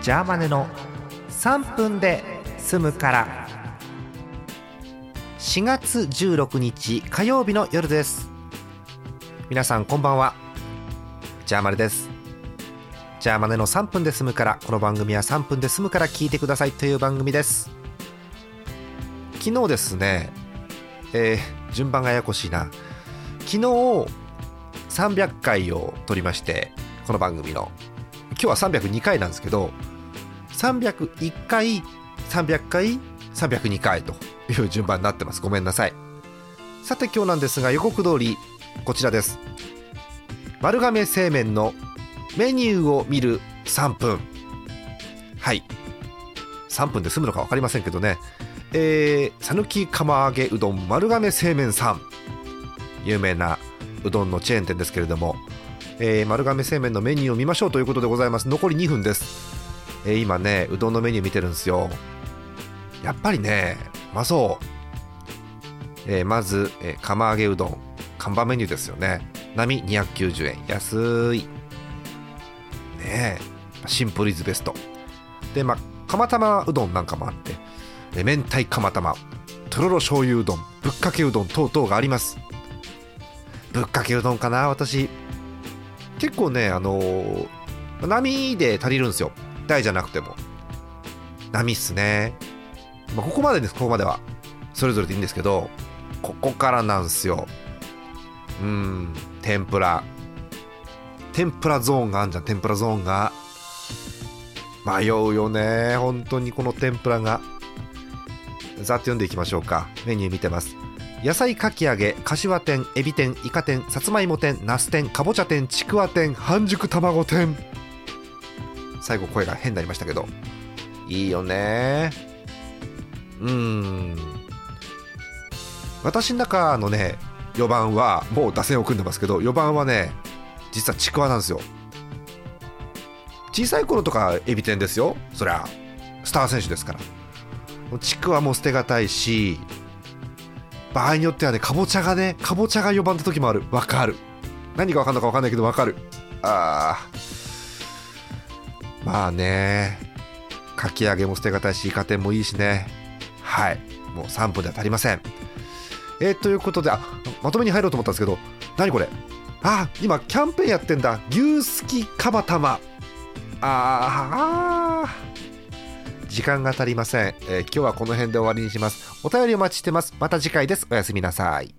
ジャーマネの3分で済むから。4月16日火曜日の夜です。皆さんこんばんは。ジャーマネです。ジャーマネの3分で済むから。この番組は3分で済むから聞いてくださいという番組です。昨日ですね、順番がややこしいな。昨日300回を撮りまして、この番組の今日は302回なんですけど、301回300回302回という順番になってます。ごめんなさい。さて今日なんですが、予告通りこちらです。丸亀製麺のメニューを見る3分。はい、3分で済むのか分かりませんけどね、讃岐釜揚げうどん丸亀製麺さん、有名なうどんのチェーン店ですけれども、丸亀製麺のメニューを見ましょうということでございます。残り2分です。今ねうどんのメニュー見てるんですよ。やっぱりねうまそう。まず、釜揚げうどん看板メニューですよね。並290円、安いね。シンプルイズベストで、釜玉うどんなんかもあって、明太釜玉、とろろ醤油うどん、ぶっかけうどん等々があります。ぶっかけうどんかな。私結構ね並で足りるんですよ。大じゃなくても並っすね。ここまでです。ここまではそれぞれでいいんですけど、ここからなんですよ。天ぷらゾーンがあんじゃん。天ぷらゾーンが迷うよね本当に。この天ぷらがざっと読んでいきましょうか。メニュー見てます。野菜かき揚げ、かしわ天、エビ天、イカ天、さつまいも天、ナス天、かぼちゃ天、ちくわ天、半熟卵天。最後声が変になりましたけど、いいよね。私の中のね4番はもう打線を組んでますけど、4番はね実はちくわなんですよ。小さい頃とかエビ天ですよ。そりゃスター選手ですから。ちくわも捨てがたいし、場合によってはねかぼちゃが4番って時もある。わかる。何がわかんのかわかんないけどわかる。まあね、かき揚げも捨てがたいし、イカ天もいいしね。はい、もう3分では足りません。ということで、まとめに入ろうと思ったんですけど、何これ。今キャンペーンやってんだ。牛すき釜玉。時間が足りません。今日はこの辺で終わりにします。お便りお待ちしてます。また次回です。おやすみなさい。